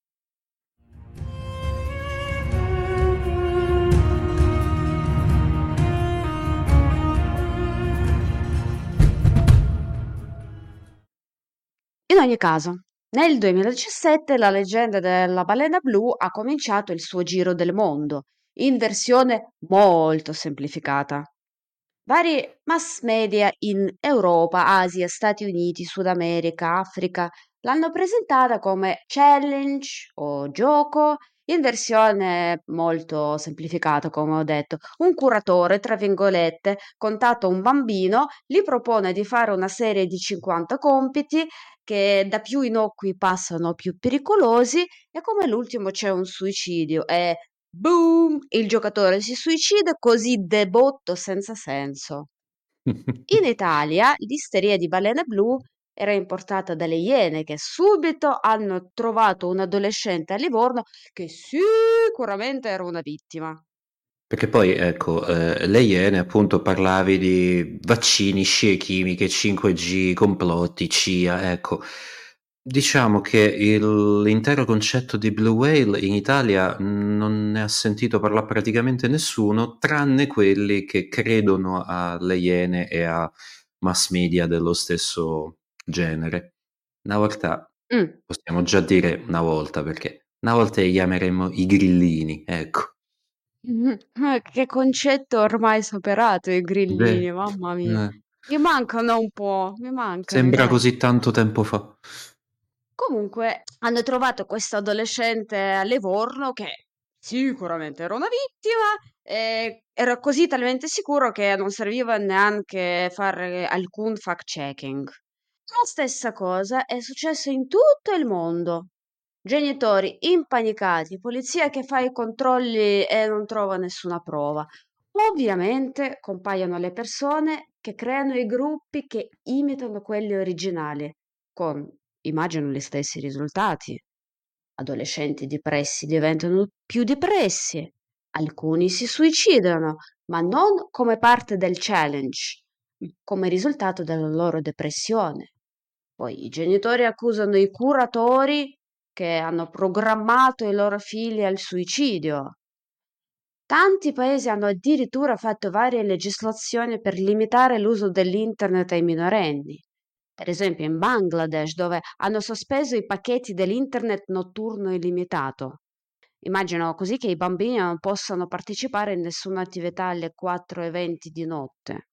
In ogni caso, nel 2017 la leggenda della balena blu ha cominciato il suo giro del mondo, in versione molto semplificata. Vari mass media in Europa, Asia, Stati Uniti, Sud America, Africa l'hanno presentata come challenge o gioco in versione molto semplificata, come ho detto. Un curatore, tra virgolette, contatta un bambino, gli propone di fare una serie di 50 compiti che da più innocui passano a più pericolosi e come l'ultimo c'è un suicidio e Boom! Il giocatore si suicida così debotto senza senso. In Italia l'isteria di Balena Blu era importata dalle Iene che subito hanno trovato un adolescente a Livorno che sicuramente era una vittima. Perché poi, ecco, le Iene, appunto, parlavi di vaccini, scie chimiche, 5G, complotti, CIA, ecco. Diciamo che l'intero concetto di Blue Whale in Italia non ne ha sentito parlare praticamente nessuno, tranne quelli che credono alle Iene e a mass media dello stesso genere. Una volta, Mm. possiamo già dire una volta, perché una volta li chiameremo i grillini, ecco. Che concetto ormai superato i Beh, grillini, mamma mia. eh, Mi mancano un po', mi mancano, sembra dai. così tanto tempo fa. Comunque hanno trovato questo adolescente a Livorno che sicuramente era una vittima e era così talmente sicuro che non serviva neanche fare alcun fact-checking. La stessa cosa è successo in tutto il mondo. Genitori impanicati, polizia che fa i controlli e non trova nessuna prova. Ovviamente compaiono le persone che creano i gruppi che imitano quelli originali, con, immagino, gli stessi risultati. Adolescenti depressi diventano più depressi, alcuni si suicidano, ma non come parte del challenge, come risultato della loro depressione. Poi i genitori accusano i curatori che hanno programmato i loro figli al suicidio. Tanti paesi hanno addirittura fatto varie legislazioni per limitare l'uso dell'internet ai minorenni. Per esempio in Bangladesh, dove hanno sospeso i pacchetti dell'internet notturno illimitato. Immagino così che i bambini non possano partecipare in nessuna attività alle 4:20 di notte.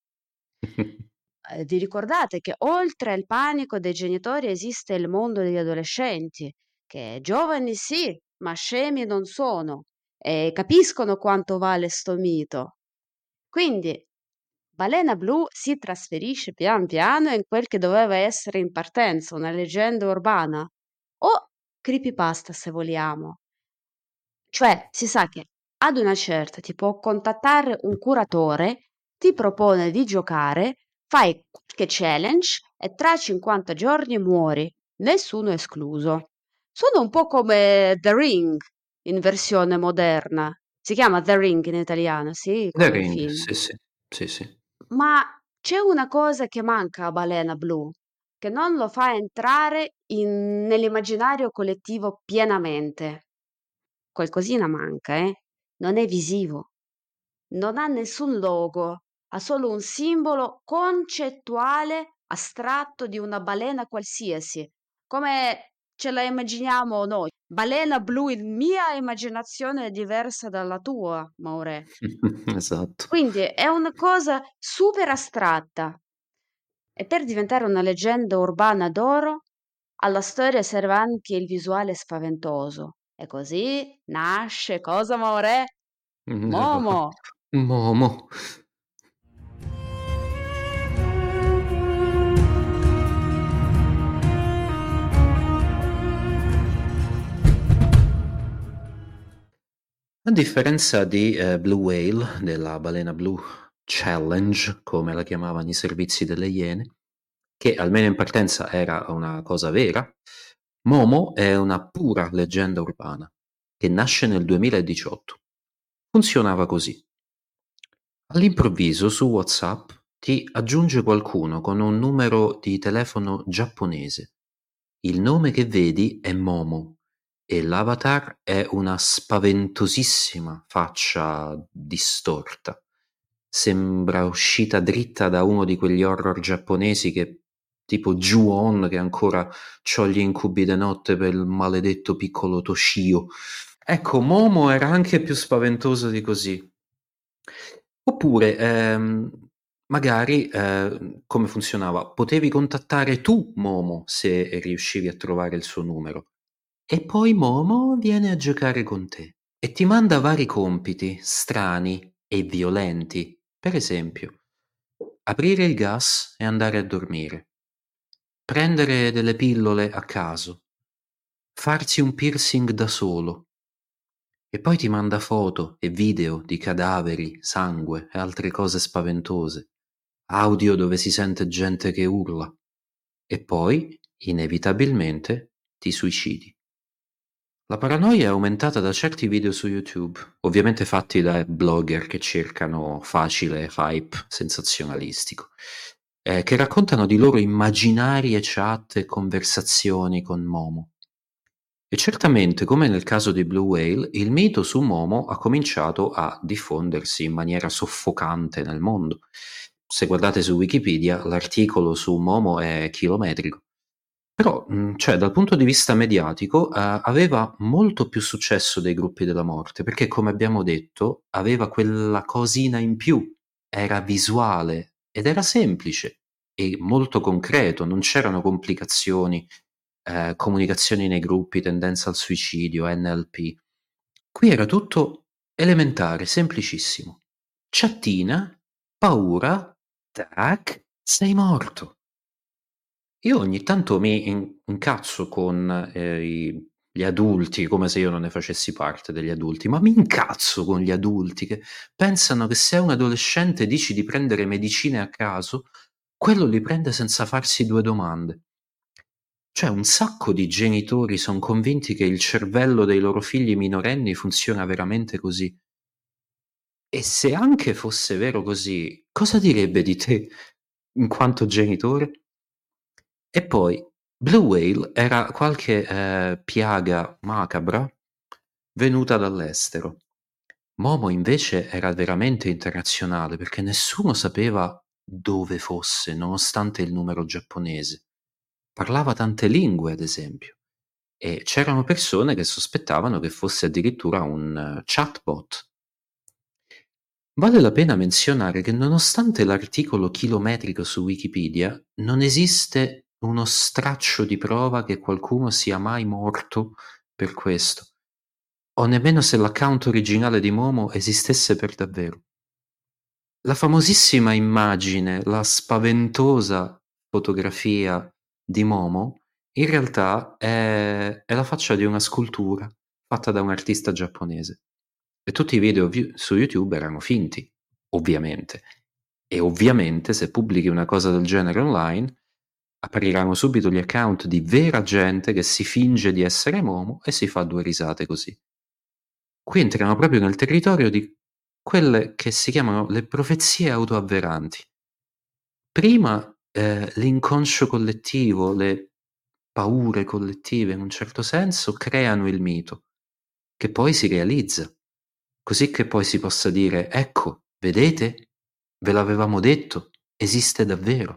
Vi ricordate che oltre al panico dei genitori esiste il mondo degli adolescenti, che giovani sì, ma scemi non sono, e capiscono quanto vale sto mito. Quindi, Balena Blu si trasferisce pian piano in quel che doveva essere in partenza una leggenda urbana, o creepypasta se vogliamo. Cioè, si sa che ad una certa ti può contattare un curatore, ti propone di giocare, fai qualche challenge e tra 50 giorni muori, nessuno escluso. Sono un po' come The Ring in versione moderna. Si chiama The Ring in italiano, sì, The come il Ring, film. sì, sì, sì, sì. Ma c'è una cosa che manca a Balena Blu, che non lo fa entrare nell'immaginario collettivo pienamente. Qualcosina manca, eh? Non è visivo, non ha nessun logo, ha solo un simbolo concettuale astratto di una balena qualsiasi, come ce la immaginiamo noi. Balena blu in mia immaginazione è diversa dalla tua, Maure. Esatto. Quindi è una cosa super astratta. E per diventare una leggenda urbana d'oro, alla storia serve anche il visuale spaventoso. E così nasce cosa, Maure? Momo! Momo. A differenza di Blue Whale, della balena blu challenge, come la chiamavano i servizi delle Iene, che almeno in partenza era una cosa vera, Momo è una pura leggenda urbana, che nasce nel 2018. Funzionava così. All'improvviso su WhatsApp ti aggiunge qualcuno con un numero di telefono giapponese. Il nome che vedi è Momo e l'avatar è una spaventosissima faccia distorta. Sembra uscita dritta da uno di quegli horror giapponesi che tipo Ju-on che ancora c'ho gli incubi de notte per il maledetto piccolo Toshio. Ecco, Momo era anche più spaventoso di così. Oppure, magari, come funzionava? Potevi contattare tu Momo se riuscivi a trovare il suo numero e poi Momo viene a giocare con te e ti manda vari compiti strani e violenti. Per esempio, aprire il gas e andare a dormire, prendere delle pillole a caso, farsi un piercing da solo, E poi ti manda foto e video di cadaveri, sangue e altre cose spaventose, audio dove si sente gente che urla, e poi, inevitabilmente, ti suicidi. La paranoia è aumentata da certi video su YouTube, ovviamente fatti da blogger che cercano facile hype sensazionalistico, che raccontano di loro immaginarie chat e conversazioni con Momo. E certamente, come nel caso di Blue Whale, il mito su Momo ha cominciato a diffondersi in maniera soffocante nel mondo. Se guardate su Wikipedia, l'articolo su Momo è chilometrico. Però, cioè, dal punto di vista mediatico, aveva molto più successo dei gruppi della morte, perché come abbiamo detto, aveva quella cosina in più, era visuale ed era semplice e molto concreto, non c'erano complicazioni, comunicazioni nei gruppi, tendenza al suicidio, NLP. Qui era tutto elementare, semplicissimo. Chattina, paura, tac, sei morto. Io ogni tanto mi incazzo con gli adulti, come se io non ne facessi parte degli adulti, ma mi incazzo con gli adulti che pensano che se a un adolescente dici di prendere medicine a caso, quello li prende senza farsi due domande. Cioè, un sacco di genitori sono convinti che il cervello dei loro figli minorenni funziona veramente così. E se anche fosse vero così, cosa direbbe di te in quanto genitore? E poi Blue Whale era qualche piaga macabra venuta dall'estero. Momo invece era veramente internazionale perché nessuno sapeva dove fosse, nonostante il numero giapponese. Parlava tante lingue, ad esempio, e c'erano persone che sospettavano che fosse addirittura un chatbot. Vale la pena menzionare che nonostante l'articolo chilometrico su Wikipedia, non esiste uno straccio di prova che qualcuno sia mai morto per questo, o nemmeno se l'account originale di Momo esistesse per davvero. La famosissima immagine, la spaventosa fotografia di Momo, in realtà è la faccia di una scultura fatta da un artista giapponese. E tutti i video su YouTube erano finti, ovviamente. E ovviamente se pubblichi una cosa del genere online, apariranno subito gli account di vera gente che si finge di essere Momo e si fa due risate così. Qui entriamo proprio nel territorio di quelle che si chiamano le profezie autoavveranti. Prima l'inconscio collettivo, le paure collettive in un certo senso creano il mito, che poi si realizza, così che poi si possa dire: ecco, vedete? Ve l'avevamo detto, esiste davvero.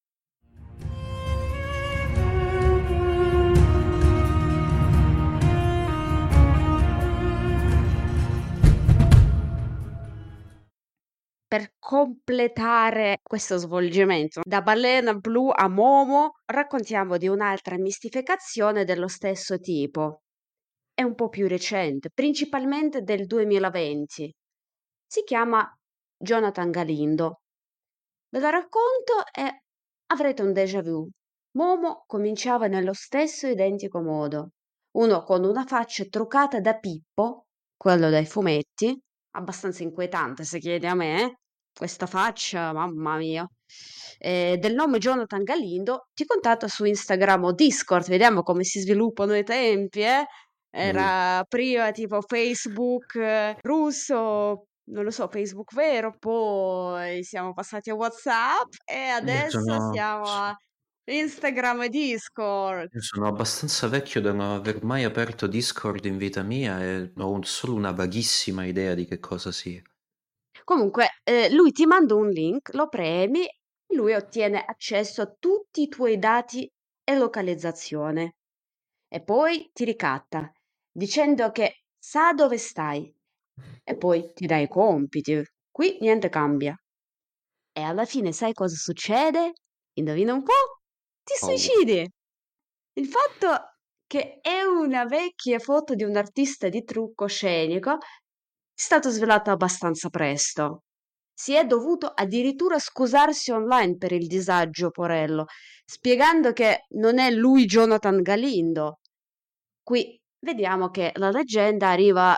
Per completare questo svolgimento, da balena blu a Momo, raccontiamo di un'altra mistificazione dello stesso tipo. È un po' più recente, principalmente del 2020. Si chiama Jonathan Galindo. Ve la racconto e avrete un déjà vu. Momo cominciava nello stesso identico modo. Uno con una faccia truccata da Pippo, quello dai fumetti, abbastanza inquietante se chiede a me, questa faccia, mamma mia. Del nome Jonathan Galindo, ti contatto su Instagram o Discord, vediamo come si sviluppano i tempi, eh? Era prima tipo Facebook russo, non lo so, Facebook vero, poi siamo passati a WhatsApp e Io adesso sono, siamo a Instagram e Discord. io sono abbastanza vecchio da non aver mai aperto Discord in vita mia e ho solo una vaghissima idea di che cosa sia. Comunque, lui ti manda un link, lo premi e lui ottiene accesso a tutti i tuoi dati e localizzazione. E poi ti ricatta dicendo che sa dove stai e poi ti dà i compiti. Qui niente cambia. E alla fine sai cosa succede? Indovina un po'? Ti Paura. suicidi! Il fatto che è una vecchia foto di un artista di trucco scenico è stato svelato abbastanza presto. Si è dovuto addirittura scusarsi online per il disagio, porello, spiegando che non è lui Jonathan Galindo. Qui vediamo che la leggenda arriva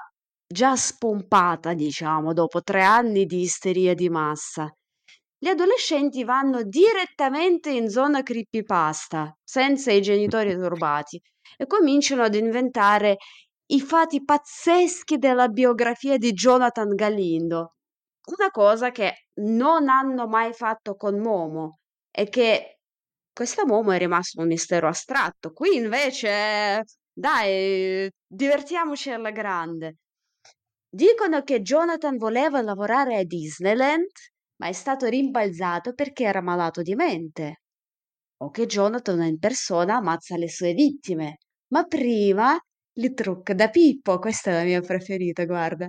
già spompata, diciamo, dopo 3 anni di isteria di massa. Gli adolescenti vanno direttamente in zona creepypasta, senza i genitori turbati, e cominciano ad inventare i fatti pazzeschi della biografia di Jonathan Galindo. Una cosa che non hanno mai fatto con Momo è che questa Momo è rimasto un mistero astratto. Qui invece, dai, divertiamoci alla grande. Dicono che Jonathan voleva lavorare a Disneyland, ma è stato rimbalzato perché era malato di mente. O che Jonathan in persona ammazza le sue vittime, ma prima li trucca da Pippo. Questa è la mia preferita, guarda.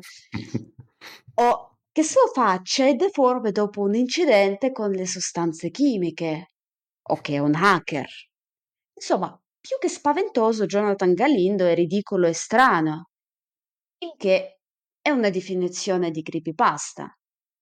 O che sua faccia è deforme dopo un incidente con le sostanze chimiche, o che è un hacker. Insomma, più che spaventoso, Jonathan Galindo è ridicolo e strano, il che è una definizione di creepypasta.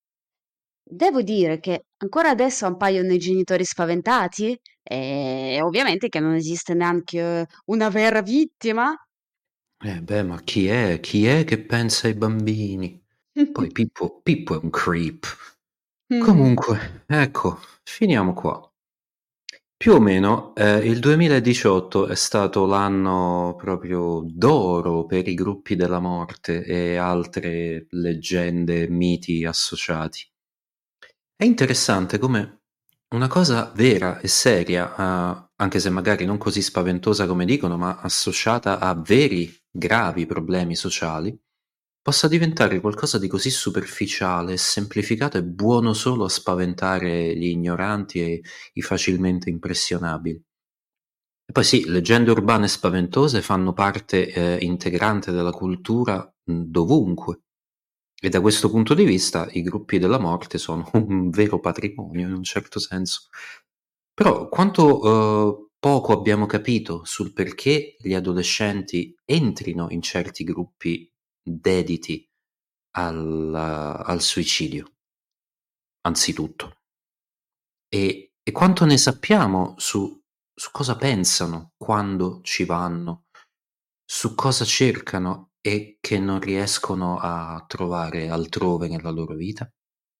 Devo dire che ancora adesso appaiono i genitori spaventati e ovviamente che non esiste neanche una vera vittima. Beh, ma chi è? Chi è che pensa ai bambini? Poi Pippo è un creep. Mhm. Comunque, ecco, finiamo qua. Più o meno, il 2018 è stato l'anno proprio d'oro per i gruppi della morte e altre leggende, miti associati. È interessante come una cosa vera e seria, anche se magari non così spaventosa come dicono, ma associata a veri, gravi problemi sociali, possa diventare qualcosa di così superficiale e semplificato e buono solo a spaventare gli ignoranti e i facilmente impressionabili. E poi sì, leggende urbane spaventose fanno parte integrante della cultura dovunque. E da questo punto di vista i gruppi della morte sono un vero patrimonio in un certo senso. Però quanto poco abbiamo capito sul perché gli adolescenti entrino in certi gruppi dediti al suicidio, anzitutto. E quanto ne sappiamo su cosa pensano quando ci vanno, su cosa cercano e che non riescono a trovare altrove nella loro vita?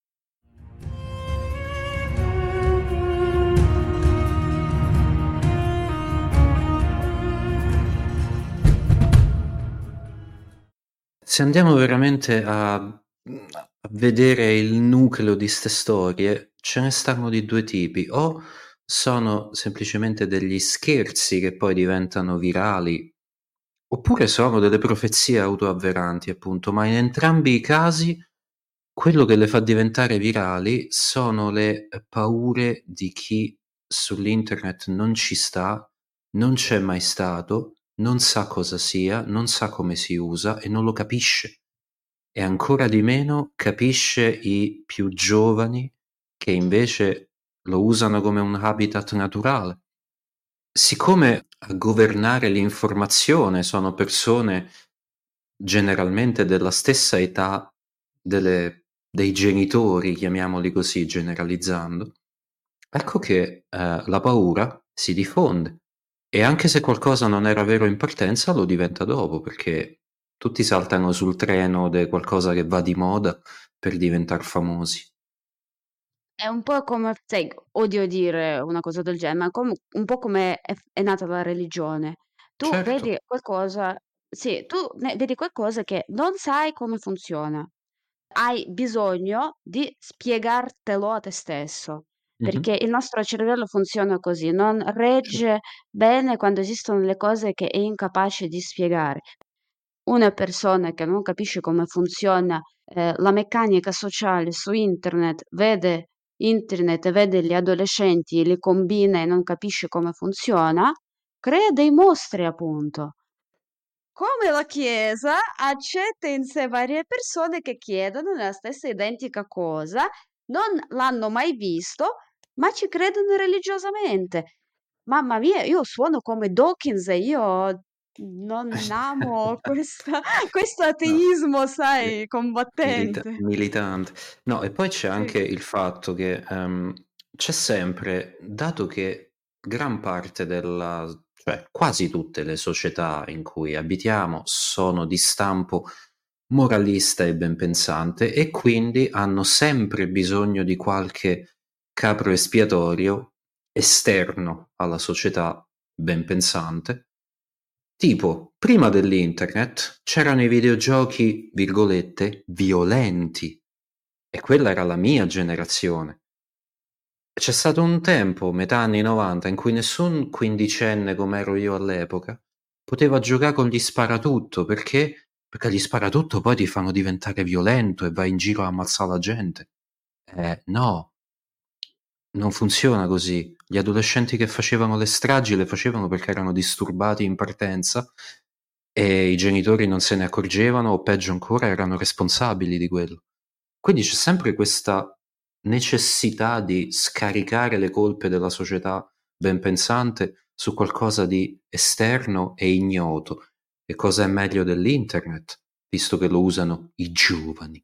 Se andiamo veramente a vedere il nucleo di ste storie, ce ne stanno di due tipi: o sono semplicemente degli scherzi che poi diventano virali, oppure sono delle profezie autoavveranti, appunto, ma in entrambi i casi quello che le fa diventare virali sono le paure di chi sull'internet non ci sta, non c'è mai stato, non sa cosa sia, non sa come si usa e non lo capisce. E ancora di meno capisce i più giovani che invece lo usano come un habitat naturale. Siccome a governare l'informazione sono persone generalmente della stessa età dei genitori, chiamiamoli così, generalizzando, ecco che la paura si diffonde. E anche se qualcosa non era vero in partenza, lo diventa dopo, perché tutti saltano sul treno di qualcosa che va di moda per diventare famosi. È un po' come, sai, odio dire una cosa del genere, ma un po' come è nata la religione. Tu Certo. vedi qualcosa, sì, vedi qualcosa che non sai come funziona. Hai bisogno di spiegartelo a te stesso, Mhm. perché il nostro cervello funziona così, non Sì. regge bene quando esistono le cose che è incapace di spiegare. Una persona che non capisce come funziona la meccanica sociale su internet, e vede gli adolescenti, li combina e non capisce come funziona, crea dei mostri, appunto. Come la Chiesa accetta in sé varie persone che chiedono la stessa identica cosa, non l'hanno mai visto, ma ci credono religiosamente. Mamma mia, io suono come Dawkins e io non amo questo No, ateismo, mi- sai, combattente. militante. No, e poi c'è Sì. anche il fatto che c'è sempre, dato che gran parte cioè quasi tutte le società in cui abitiamo sono di stampo moralista e ben pensante, e quindi hanno sempre bisogno di qualche capro espiatorio esterno alla società ben pensante. Tipo, prima dell'internet c'erano i videogiochi, virgolette, violenti, e quella era la mia generazione. C'è stato un tempo, metà anni 90, in cui nessun quindicenne come ero io all'epoca poteva giocare con gli sparatutto, perché gli sparatutto poi ti fanno diventare violento e vai in giro a ammazzare la gente. No, non funziona così. Gli adolescenti che facevano le stragi le facevano perché erano disturbati in partenza e i genitori non se ne accorgevano, o peggio ancora erano responsabili di quello. Quindi c'è sempre questa necessità di scaricare le colpe della società ben pensante su qualcosa di esterno e ignoto. E cosa è meglio dell'internet, visto che lo usano i giovani?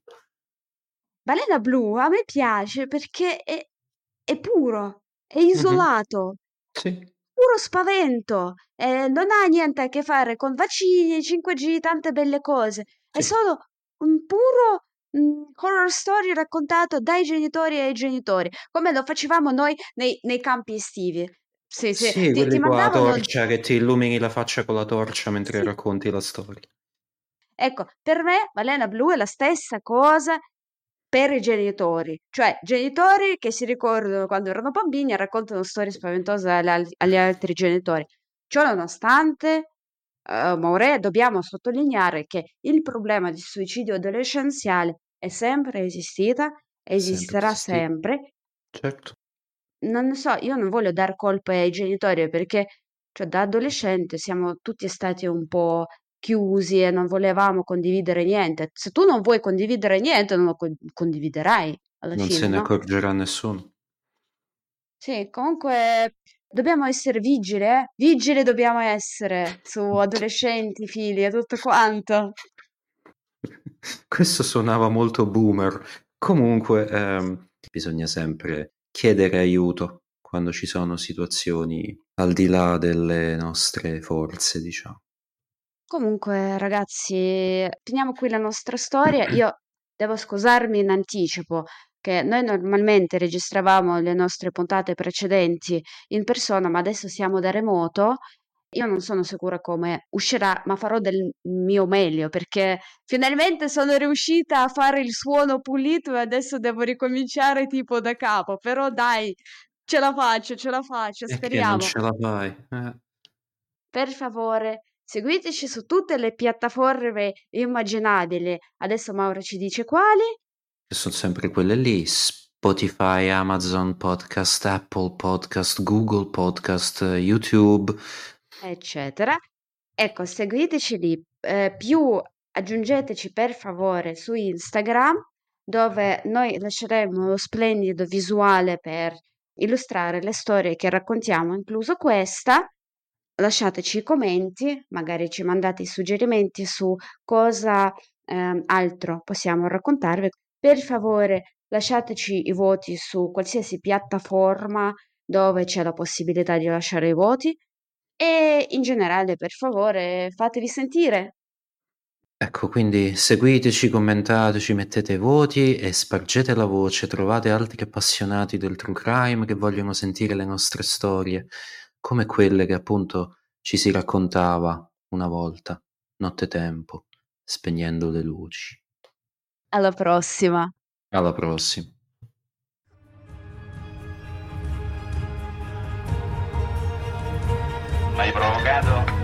Balena Blu a me piace perché è puro, è Mhm. isolato, Sì, puro spavento, non ha niente a che fare con vaccini, 5G, tante belle cose. È sì. solo un puro horror story raccontato dai genitori ai genitori, come lo facevamo noi nei campi estivi. Sì, sì, Sì, ti quelli con la mandavano. torcia che ti illumini la faccia con la torcia mentre Sì. racconti la storia. Ecco, per me Balena Blu è la stessa cosa per i genitori, cioè genitori che si ricordano quando erano bambini e raccontano storie spaventose agli altri genitori. Ciò nonostante, Maurè, dobbiamo sottolineare che il problema di suicidio adolescenziale è sempre esistita, Sempre esisterà esistito. sempre. Certo. Non so, io non voglio dar colpe ai genitori perché, cioè, da adolescente siamo tutti stati un po' chiusi e non volevamo condividere niente. Se tu non vuoi condividere niente, non lo condividerai alla Non se fine, ne no? accorgerà nessuno. Sì, comunque dobbiamo essere vigili, eh? Vigili dobbiamo essere su adolescenti, figli e tutto quanto. Questo suonava molto boomer. Comunque, bisogna sempre chiedere aiuto quando ci sono situazioni al di là delle nostre forze, diciamo. Comunque, ragazzi, finiamo qui la nostra storia. Io devo scusarmi in anticipo che noi normalmente registravamo le nostre puntate precedenti in persona, ma adesso siamo da remoto. Io non sono sicura come uscirà, ma farò del mio meglio perché finalmente sono riuscita a fare il suono pulito e adesso devo ricominciare tipo da capo. Però dai, ce la faccio, E che non speriamo. ce la fai? Per favore, seguiteci su tutte le piattaforme immaginabili. Adesso Mauro ci dice quali, Sono sempre quelle lì: Spotify, Amazon Podcast, Apple Podcast, Google Podcast, YouTube. eccetera. Ecco, seguiteci lì. Più aggiungeteci per favore su Instagram, dove noi lasceremo lo splendido visuale per illustrare le storie che raccontiamo, incluso questa. Lasciateci i commenti, magari ci mandate i suggerimenti su cosa altro possiamo raccontarvi. Per favore, lasciateci i voti su qualsiasi piattaforma dove c'è la possibilità di lasciare i voti e in generale, per favore, fatevi sentire. Ecco, quindi seguiteci, commentateci, mettete voti e spargete la voce. Trovate altri appassionati del true crime che vogliono sentire le nostre storie, come quelle che appunto ci si raccontava una volta, nottetempo, spegnendo le luci. Alla prossima! Alla prossima. M'hai provocato?